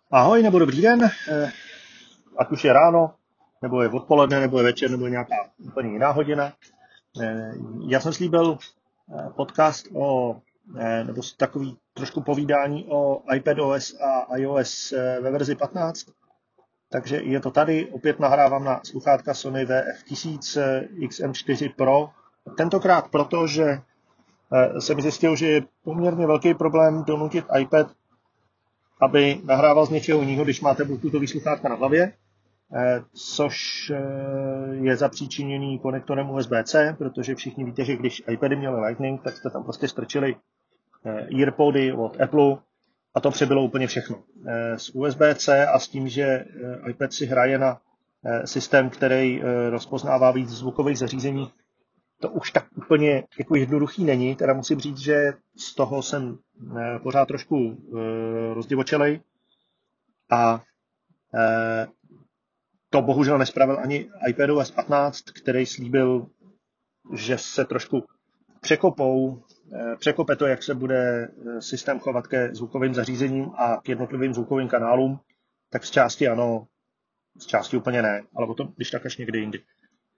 Ahoj nebo dobrý den, ať už je ráno, nebo je odpoledne, nebo je večer, nebo je nějaká úplně jiná hodina. Já jsem slíbil podcast nebo takový trošku povídání o iPadOS a iOS ve verzi 15. Takže je to tady, opět nahrávám na sluchátka Sony VF1000 XM4 Pro. Tentokrát proto, že jsem zjistil, že je poměrně velký problém donutit iPad, aby nahrával z něčeho jiného, když máte bluetoothový sluchátka na hlavě, což je zapříčiněný konektorem USB-C, protože všichni víte, že když iPady měly Lightning, tak jste tam prostě strčili earpody od Apple a to přebylo úplně všechno. S USB-C a s tím, že iPad si hraje na systém, který rozpoznává víc zvukových zařízení, to už tak úplně jako jednoduchý není, teda musím říct, že z toho jsem pořád trošku rozdivočelej a to bohužel nespravil ani iPadOS 15, který slíbil, že se trošku překope to, jak se bude systém chovat ke zvukovým zařízením a k jednotlivým zvukovým kanálům, tak z části ano, z části úplně ne, ale o tom když tak až někdy jindy.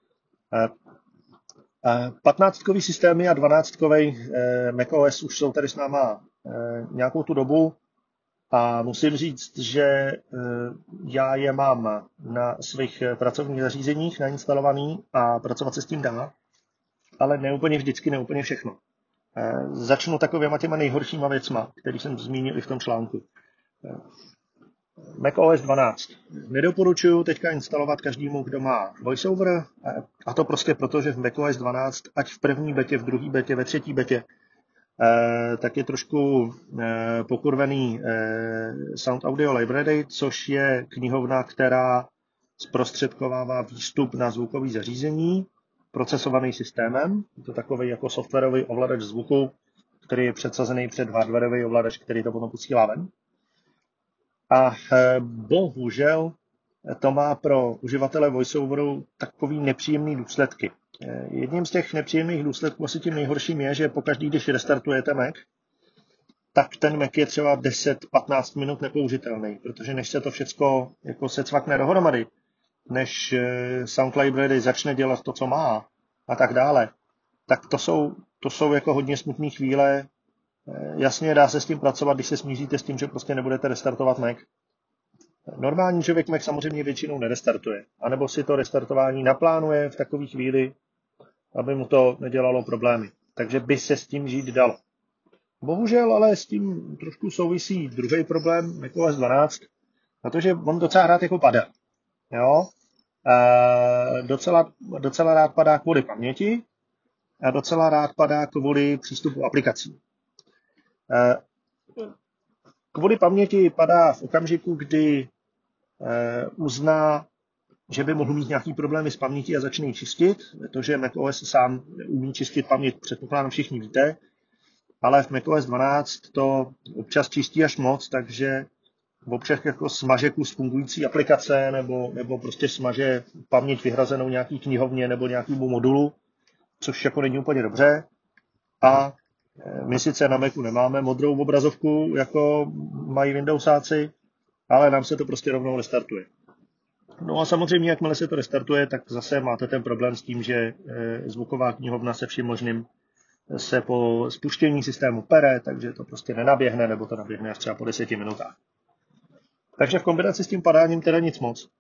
15kový systémy a 12kový macOS už jsou tady s náma nějakou tu dobu a musím říct, že já je mám na svých pracovních zařízeních nainstalovaný a pracovat se s tím dá, ale ne úplně vždycky, ne úplně všechno. Začnu takovýma těma nejhoršíma věcma, který jsem zmínil i v tom článku. macOS 12. Nedoporučuji teďka instalovat každému, kdo má VoiceOver, a to prostě proto, že v macOS 12, ať v první betě, v druhé betě, ve třetí betě, tak je trošku pokurvený Sound Audio Library, což je knihovna, která zprostředkovává výstup na zvukový zařízení, procesovaný systémem. Je to takový jako softwarový ovladač zvuku, který je předsazený před hardwarový ovladač, který to potom posílá ven. A bohužel to má pro uživatele VoiceOveru takový nepříjemný důsledky. Jedním z těch nepříjemných důsledků, asi tím nejhorším je, že pokaždý, když restartujete Mac, tak ten Mac je třeba 10-15 minut nepoužitelný, protože než se to všecko jako secvakne dohromady, než Sound Library začne dělat to, co má a tak dále, tak to jsou jako hodně smutné chvíle. Jasně dá se s tím pracovat, když se smíříte s tím, že prostě nebudete restartovat Mac. Normální člověk Mac samozřejmě většinou nerestartuje, anebo si to restartování naplánuje v takové chvíli, aby mu to nedělalo problémy. Takže by se s tím žít dalo. Bohužel ale s tím trošku souvisí druhý problém macOS 12, protože on docela rád jako padá. Jo? Docela rád padá kvůli paměti a docela rád padá kvůli přístupu aplikací. Kvůli paměti padá v okamžiku, kdy uzná, že by mohl mít nějaký problémy s pamětí a začne ji čistit, protože macOS sám umí čistit paměť, předpokládám všichni víte, ale v macOS 12 to občas čistí až moc, takže občas jako smaže kus fungující aplikace nebo prostě smaže paměť vyhrazenou nějaký knihovně nebo nějakému modulu, což jako není úplně dobře. A my sice na Macu nemáme modrou obrazovku, jako mají Windowsáci, ale nám se to prostě rovnou restartuje. No a samozřejmě, jakmile se to restartuje, tak zase máte ten problém s tím, že zvuková knihovna se vším možným se po spuštění systému pere, takže to prostě nenaběhne, nebo to naběhne až třeba po 10 minutách. Takže v kombinaci s tím padáním teda nic moc.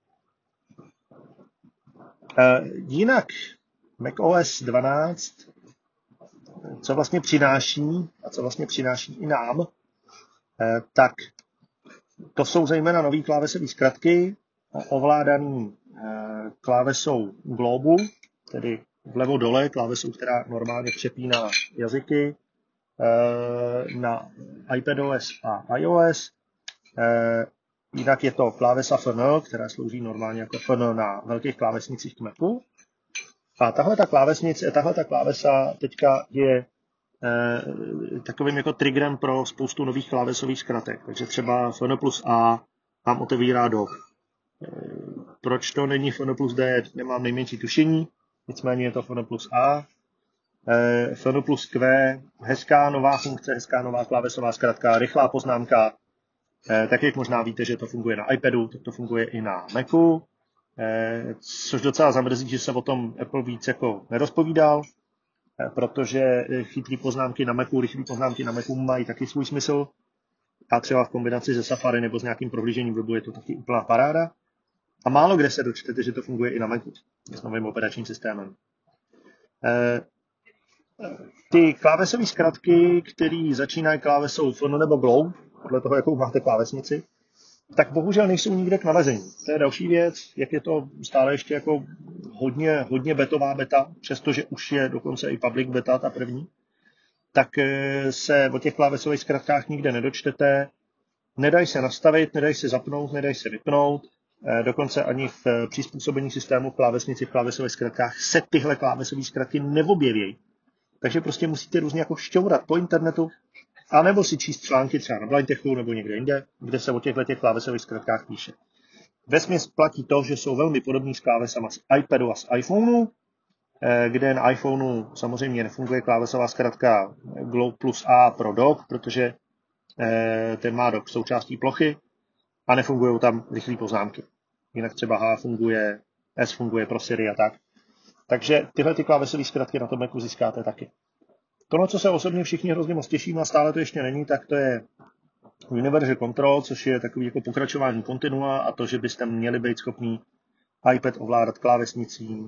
Jinak macOS 12, co vlastně přináší, a co vlastně přináší i nám, tak to jsou zejména nový klávesové zkratky, ovládaný klávesou Globu, tedy vlevo dole, klávesou, která normálně přepíná jazyky na iPadOS a iOS. Jinak je to klávesa FN, která slouží normálně jako FN na velkých klávesnicích k Macu. A tahle ta klávesa teďka je takovým jako triggerem pro spoustu nových klávesových zkratek. Takže třeba FN plus A vám otevírá dock. Proč to není FN plus D, nemám nejmenší tušení, nicméně je to FN plus A. FN plus Q, hezká nová funkce, hezká nová klávesová zkratka, rychlá poznámka, Tak jak možná víte, že to funguje na iPadu, tak to funguje i na Macu, což docela zamrzí, že se o tom Apple víc jako nerozpovídal, protože chytrý poznámky na Macu, rychlé poznámky na Macu mají taky svůj smysl a třeba v kombinaci se Safari nebo s nějakým prohlížením webu je to taky úplná paráda. A málo kde se dočtete, že to funguje i na Macu s novým operačním systémem. Ty klávesové zkratky, které začínají klávesou Fn nebo Glow, podle toho, jakou máte klávesnici, tak bohužel nejsou nikde k nalezení. To je další věc, jak je to stále ještě jako hodně betová beta, přestože už je dokonce i public beta, ta první, tak se o těch klávesových zkratkách nikde nedočtete, nedají se nastavit, nedají se zapnout, nedají se vypnout, dokonce ani v přizpůsobení systému klávesnici v klávesových zkratkách se tyhle klávesové zkratky neobjeví. Takže prostě musíte různě jako šťourat po internetu, anebo si číst články třeba na Blindtechu nebo někde jinde, kde se o těchto klávesových zkratkách píše. Vesměs platí to, že jsou velmi podobní s klávesama z iPadu a z iPhoneu, kde na iPhoneu samozřejmě nefunguje klávesová zkratka Glow plus A pro dock, protože ten má dock součástí plochy a nefungují tam rychlé poznámky. Jinak třeba H funguje, S funguje pro Siri a tak. Takže tyhle ty klávesové zkratky na tom Macu získáte taky. To, na co se osobně všichni hrozně moc těším a stále to ještě není, tak to je Universal Control, což je takový jako pokračování kontinua a to, že byste měli být schopní iPad ovládat klávesnicí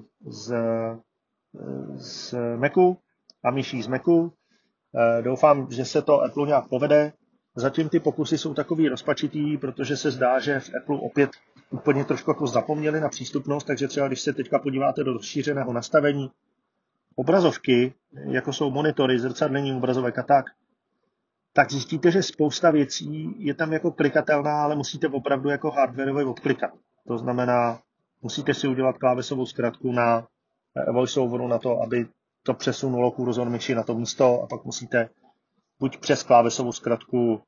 z Macu a myší z Macu. Doufám, že se to Apple nějak povede. Zatím ty pokusy jsou takový rozpačitý, protože se zdá, že v Apple opět úplně trošku jako zapomněli na přístupnost, takže třeba když se teďka podíváte do rozšířeného nastavení obrazovky, jako jsou monitory, zrcadlení obrazovek a tak zjistíte, že spousta věcí je tam jako klikatelná, ale musíte opravdu jako hardwareově odklikat. To znamená, musíte si udělat klávesovou zkratku na VoiceOveru na to, aby to přesunulo kurzor myši na to místo a pak musíte buď přes klávesovou zkratku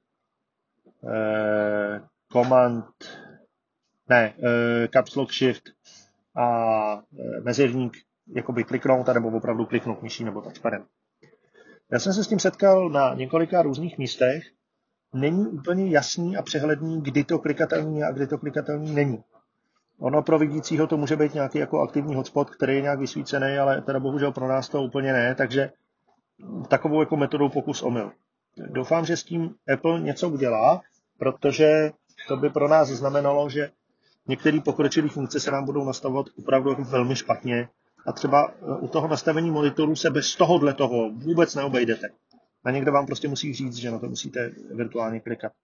Caps Lock Shift a mezerník jakoby kliknout, nebo opravdu kliknout myší nebo touchpadem. Já jsem se s tím setkal na několika různých místech. Není úplně jasný a přehledný, kdy to klikatelný je a kdy to klikatelný není. Ono pro vidícího to může být nějaký jako aktivní hotspot, který je nějak vysvícený, ale teda bohužel pro nás to úplně ne, takže takovou jako metodou pokus omyl. Doufám, že s tím Apple něco udělá, protože to by pro nás znamenalo, že některé pokročilé funkce se nám budou nastavovat opravdu jako velmi špatně a třeba u toho nastavení monitoru se bez tohohle toho vůbec neobejdete. A někdo vám prostě musí říct, že na to musíte virtuálně klikat.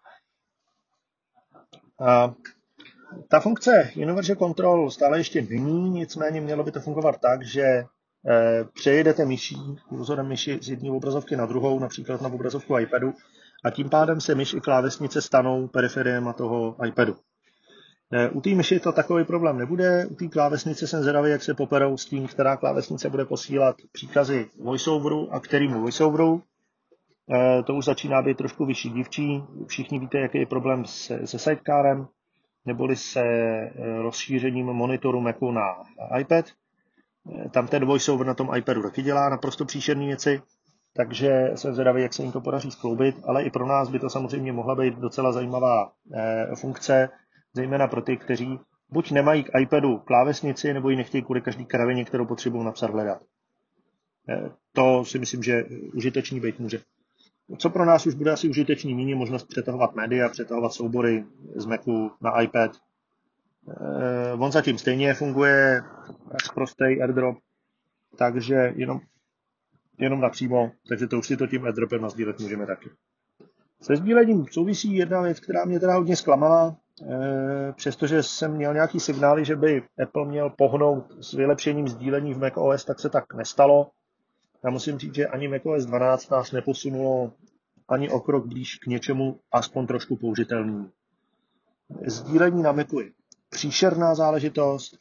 A ta funkce Universal Control stále ještě není, nicméně mělo by to fungovat tak, že přejedete myší, kurzorem myši z jedné obrazovky na druhou, například na obrazovku iPadu, a tím pádem se myš i klávesnice stanou periferiem toho iPadu. U té myši to takový problém nebude, u té klávesnice jsem zvědavý, jak se poperou s tím, která klávesnice bude posílat příkazy VoiceOveru a kterýmu VoiceOveru. To už začíná být trošku vyšší dívčí. Všichni víte, jaký je problém se sidecarem, neboli se rozšířením monitoru Macu na iPad. Tam ten VoiceOver na tom iPadu taky dělá naprosto příšerné věci, takže jsem zvědavý, jak se jim to podaří skloubit, ale i pro nás by to samozřejmě mohla být docela zajímavá funkce, zejména pro ty, kteří buď nemají k iPadu klávesnici, nebo ji nechtějí kvůli každý kravině, kterou potřebují napsat, hledat. To si myslím, že užitečný být může. Co pro nás už bude asi užitečný, míň je možnost přetahovat média, přetahovat soubory z Macu na iPad. On zatím stejně funguje až prostý AirDrop, takže jenom napřímo, takže to už si to tím AirDropem nasdílet můžeme taky. Se sdílením souvisí jedna věc, která mě teda hodně zklamala, přestože jsem měl nějaký signály, že by Apple měl pohnout s vylepšením sdílení v macOS, tak se tak nestalo. Já musím říct, že ani macOS 12 nás neposunulo ani o krok blíž k něčemu aspoň trošku použitelnému. Sdílení na Macu je příšerná záležitost,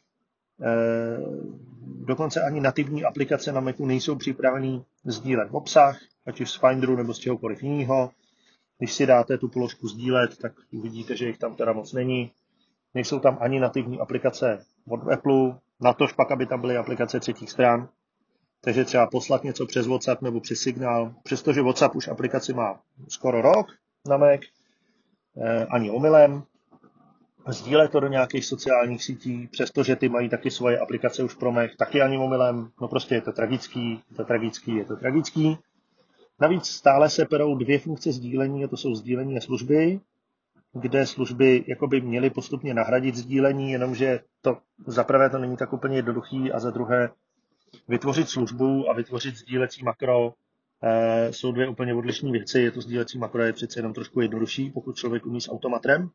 dokonce ani nativní aplikace na Macu nejsou připravený sdílet obsah, ať už z Finderu nebo z čehokoliv jiného. Když si dáte tu položku sdílet, tak uvidíte, že jich tam teda moc není. Nejsou tam ani nativní aplikace od Apple, natož pak, aby tam byly aplikace třetích stran. Takže třeba poslat něco přes WhatsApp nebo přes Signál, přestože WhatsApp už aplikaci má skoro rok na Mac, ani omylem. Sdílet to do nějakých sociálních sítí, přestože ty mají taky svoje aplikace už pro Mac, taky ani omylem. No prostě je to tragický. Navíc stále se perou dvě funkce sdílení, a to jsou sdílení a služby, kde služby jakoby měly postupně nahradit sdílení, jenomže to za prvé to není tak úplně jednoduchý a za druhé vytvořit službu a vytvořit sdílecí makro jsou dvě úplně odlišné věci. Je to sdílecí makro je přece jenom trošku jednodušší, pokud člověk umí s automatrem.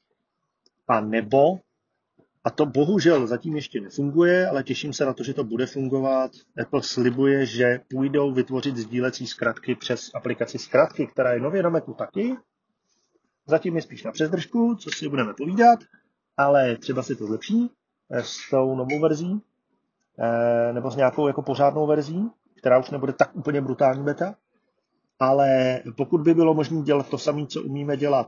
A to bohužel zatím ještě nefunguje, ale těším se na to, že to bude fungovat. Apple slibuje, že půjdou vytvořit sdílecí zkratky přes aplikaci zkratky, která je nově na Macu taky. Zatím je spíš na přezdržku, co si budeme povídat, ale třeba si to zlepší s tou novou verzí, nebo s nějakou jako pořádnou verzí, která už nebude tak úplně brutální beta. Ale pokud by bylo možné dělat to samé, co umíme dělat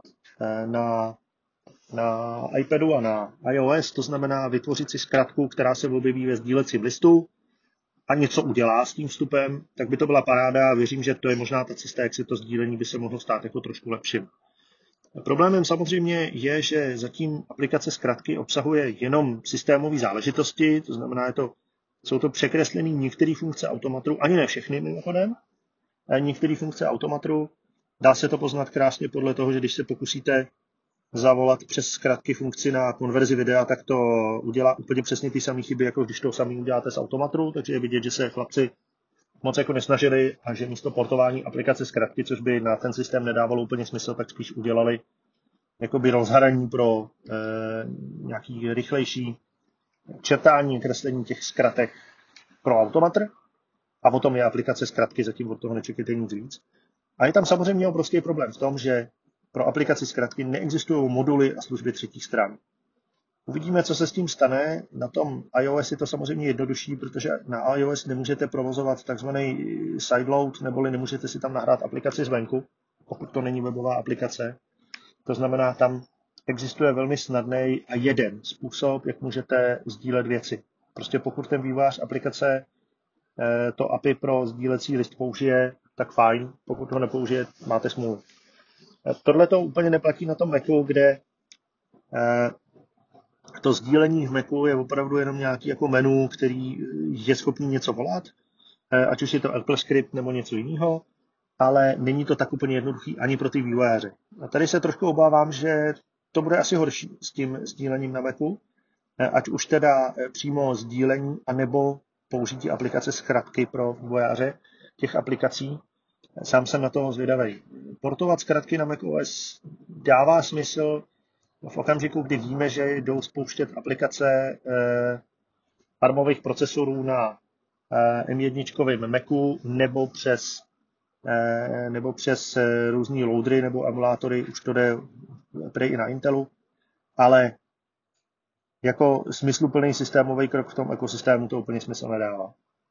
na iPadu a na iOS, to znamená vytvořit si zkratku, která se objeví ve sdílecím listu a něco udělá s tím vstupem, tak by to byla paráda a věřím, že to je možná ta cesta, jak si to sdílení by se mohlo stát jako trošku lepším. Problémem samozřejmě je, že zatím aplikace zkratky obsahuje jenom systémové záležitosti, to znamená, jsou to překreslené některé funkce automatu, ani ne všechny mimochodem, některé funkce automatu. Dá se to poznat krásně podle toho, že když se pokusíte zavolat přes zkratky funkci na konverzi videa, tak to udělá úplně přesně ty samé chyby, jako když to samý uděláte z automatu, takže je vidět, že se chlapci moc jako nesnažili a že místo portování aplikace zkratky, což by na ten systém nedávalo úplně smysl, tak spíš udělali jakoby rozhraní pro nějaký rychlejší čertání, kreslení těch zkratek pro automatr. A potom je aplikace zkratky, zatím od toho nečekejte nic víc. A je tam samozřejmě obrovský problém v tom, že pro aplikaci zkratky neexistují moduly a služby třetích stran. Uvidíme, co se s tím stane. Na tom iOS je to samozřejmě jednodušší, protože na iOS nemůžete provozovat takzvaný sideload, neboli nemůžete si tam nahrát aplikaci zvenku, pokud to není webová aplikace. To znamená, tam existuje velmi snadný a jeden způsob, jak můžete sdílet věci. Prostě pokud ten vývojář aplikace to API pro sdílecí list použije, tak fajn. Pokud ho nepoužije, máte smůlu. Tohle to úplně neplatí na tom Macu, kde to sdílení v Macu je opravdu jenom nějaký jako menu, který je schopný něco volat, ať už je to Apple Script nebo něco jiného, ale není to tak úplně jednoduchý ani pro ty vývojáře. A tady se trošku obávám, že to bude asi horší s tím sdílením na Macu, ať už teda přímo sdílení, anebo použití aplikace zkratky pro vývojáře těch aplikací. Sám jsem na to zvědavý. Portovat zkratky na macOS dává smysl v okamžiku, kdy víme, že jdou spouštět aplikace ARMových procesorů na M1 Macu nebo přes různý loadery nebo emulátory, už to jde prej i na Intelu, ale jako smysluplný systémový krok v tom ekosystému to úplně smysl nedává.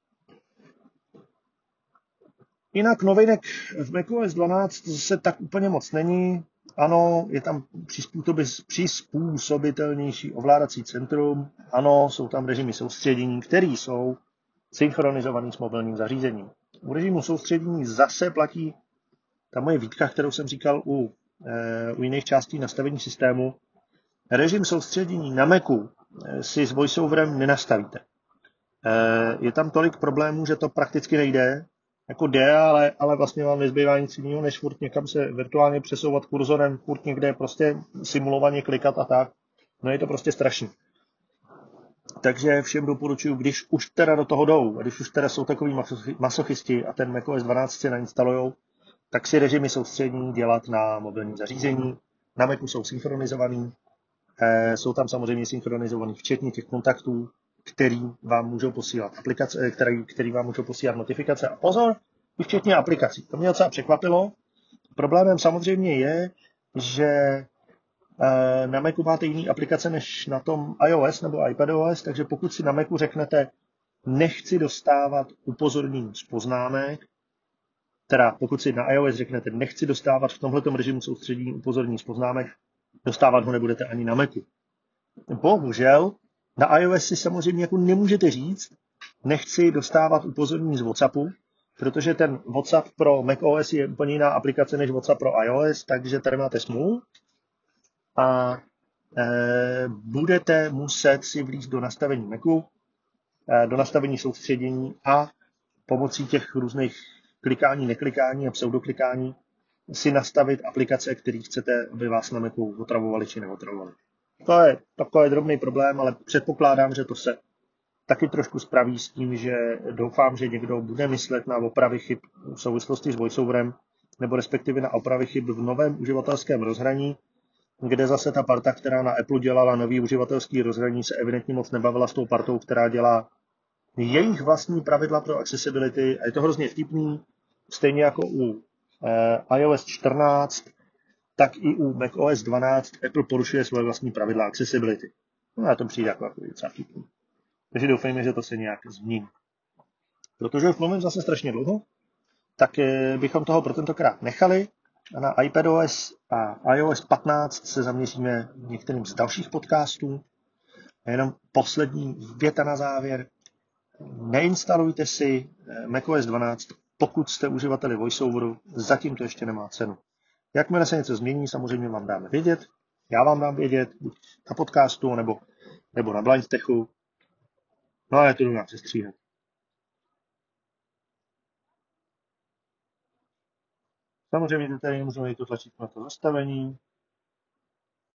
Jinak novinek v macOS 12 zase tak úplně moc není. Ano, je tam přizpůsobitelnější ovládací centrum. Ano, jsou tam režimy soustředění, které jsou synchronizovaný s mobilním zařízením. U režimu soustředění zase platí ta moje výtka, kterou jsem říkal u jiných částí nastavení systému. Režim soustředění na Macu si s voiceoverem nenastavíte. Je tam tolik problémů, že to prakticky nejde. Jako jde, ale vlastně vám nezbývá nic jiného, než furt někam se virtuálně přesouvat kurzorem, furt někde prostě simulovaně klikat a tak. No je to prostě strašný. Takže všem doporučuji, když už teda do toho jdou, a když už teda jsou takový masochisti a ten macOS 12 si nainstalujou, tak si režimy soustředění dělat na mobilním zařízení. Na Macu jsou synchronizovaný, jsou tam samozřejmě synchronizovaný včetně těch kontaktů, který vám můžou posílat aplikace, který vám můžou posílat notifikace. A pozor, i včetně aplikací. To mě docela překvapilo. Problémem samozřejmě je, že na Macu máte jiné aplikace než na tom iOS nebo iPadOS, takže pokud si na Macu řeknete, nechci dostávat upozornění z poznámek, teda pokud si na iOS řeknete, nechci dostávat v tomhletom režimu soustředění upozornění z poznámek, dostávat ho nebudete ani na Macu. Bohužel, na iOS si samozřejmě jako nemůžete říct, nechci dostávat upozornění z WhatsAppu, protože ten WhatsApp pro macOS je úplně jiná aplikace než WhatsApp pro iOS, takže tady máte smůlu. a budete muset si vlízt do nastavení Macu, do nastavení soustředění a pomocí těch různých klikání, neklikání a pseudoklikání si nastavit aplikace, které chcete, aby vás na Macu otravovali či neotravovali. To je takový drobný problém, ale předpokládám, že to se taky trošku spraví s tím, že doufám, že někdo bude myslet na opravy chyb v souvislosti s VoiceOverem, nebo respektive na opravy chyb v novém uživatelském rozhraní, kde zase ta parta, která na Apple dělala nový uživatelský rozhraní, se evidentně moc nebavila s tou partou, která dělá jejich vlastní pravidla pro accessibility. A je to hrozně vtipný, stejně jako u iOS 14, tak i u macOS 12 Apple porušuje svoje vlastní pravidla accessibility. No a to přijde jako docela vtipný. Takže doufejme, že to se nějak změní. Protože už mluvím zase strašně dlouho, tak bychom toho pro tentokrát nechali. A na iPadOS a iOS 15 se zaměříme některým z dalších podcastů. A jenom poslední věta na závěr. Neinstalujte si macOS 12, pokud jste uživateli VoiceOveru, zatím to ještě nemá cenu. Jakmile se něco změní, samozřejmě vám dáme vědět. Já vám dám vědět, buď na podcastu, nebo na BlindTechu. No a já to jdu nějak sestříhat. Samozřejmě tady můžeme jít to tlačítko na to zastavení.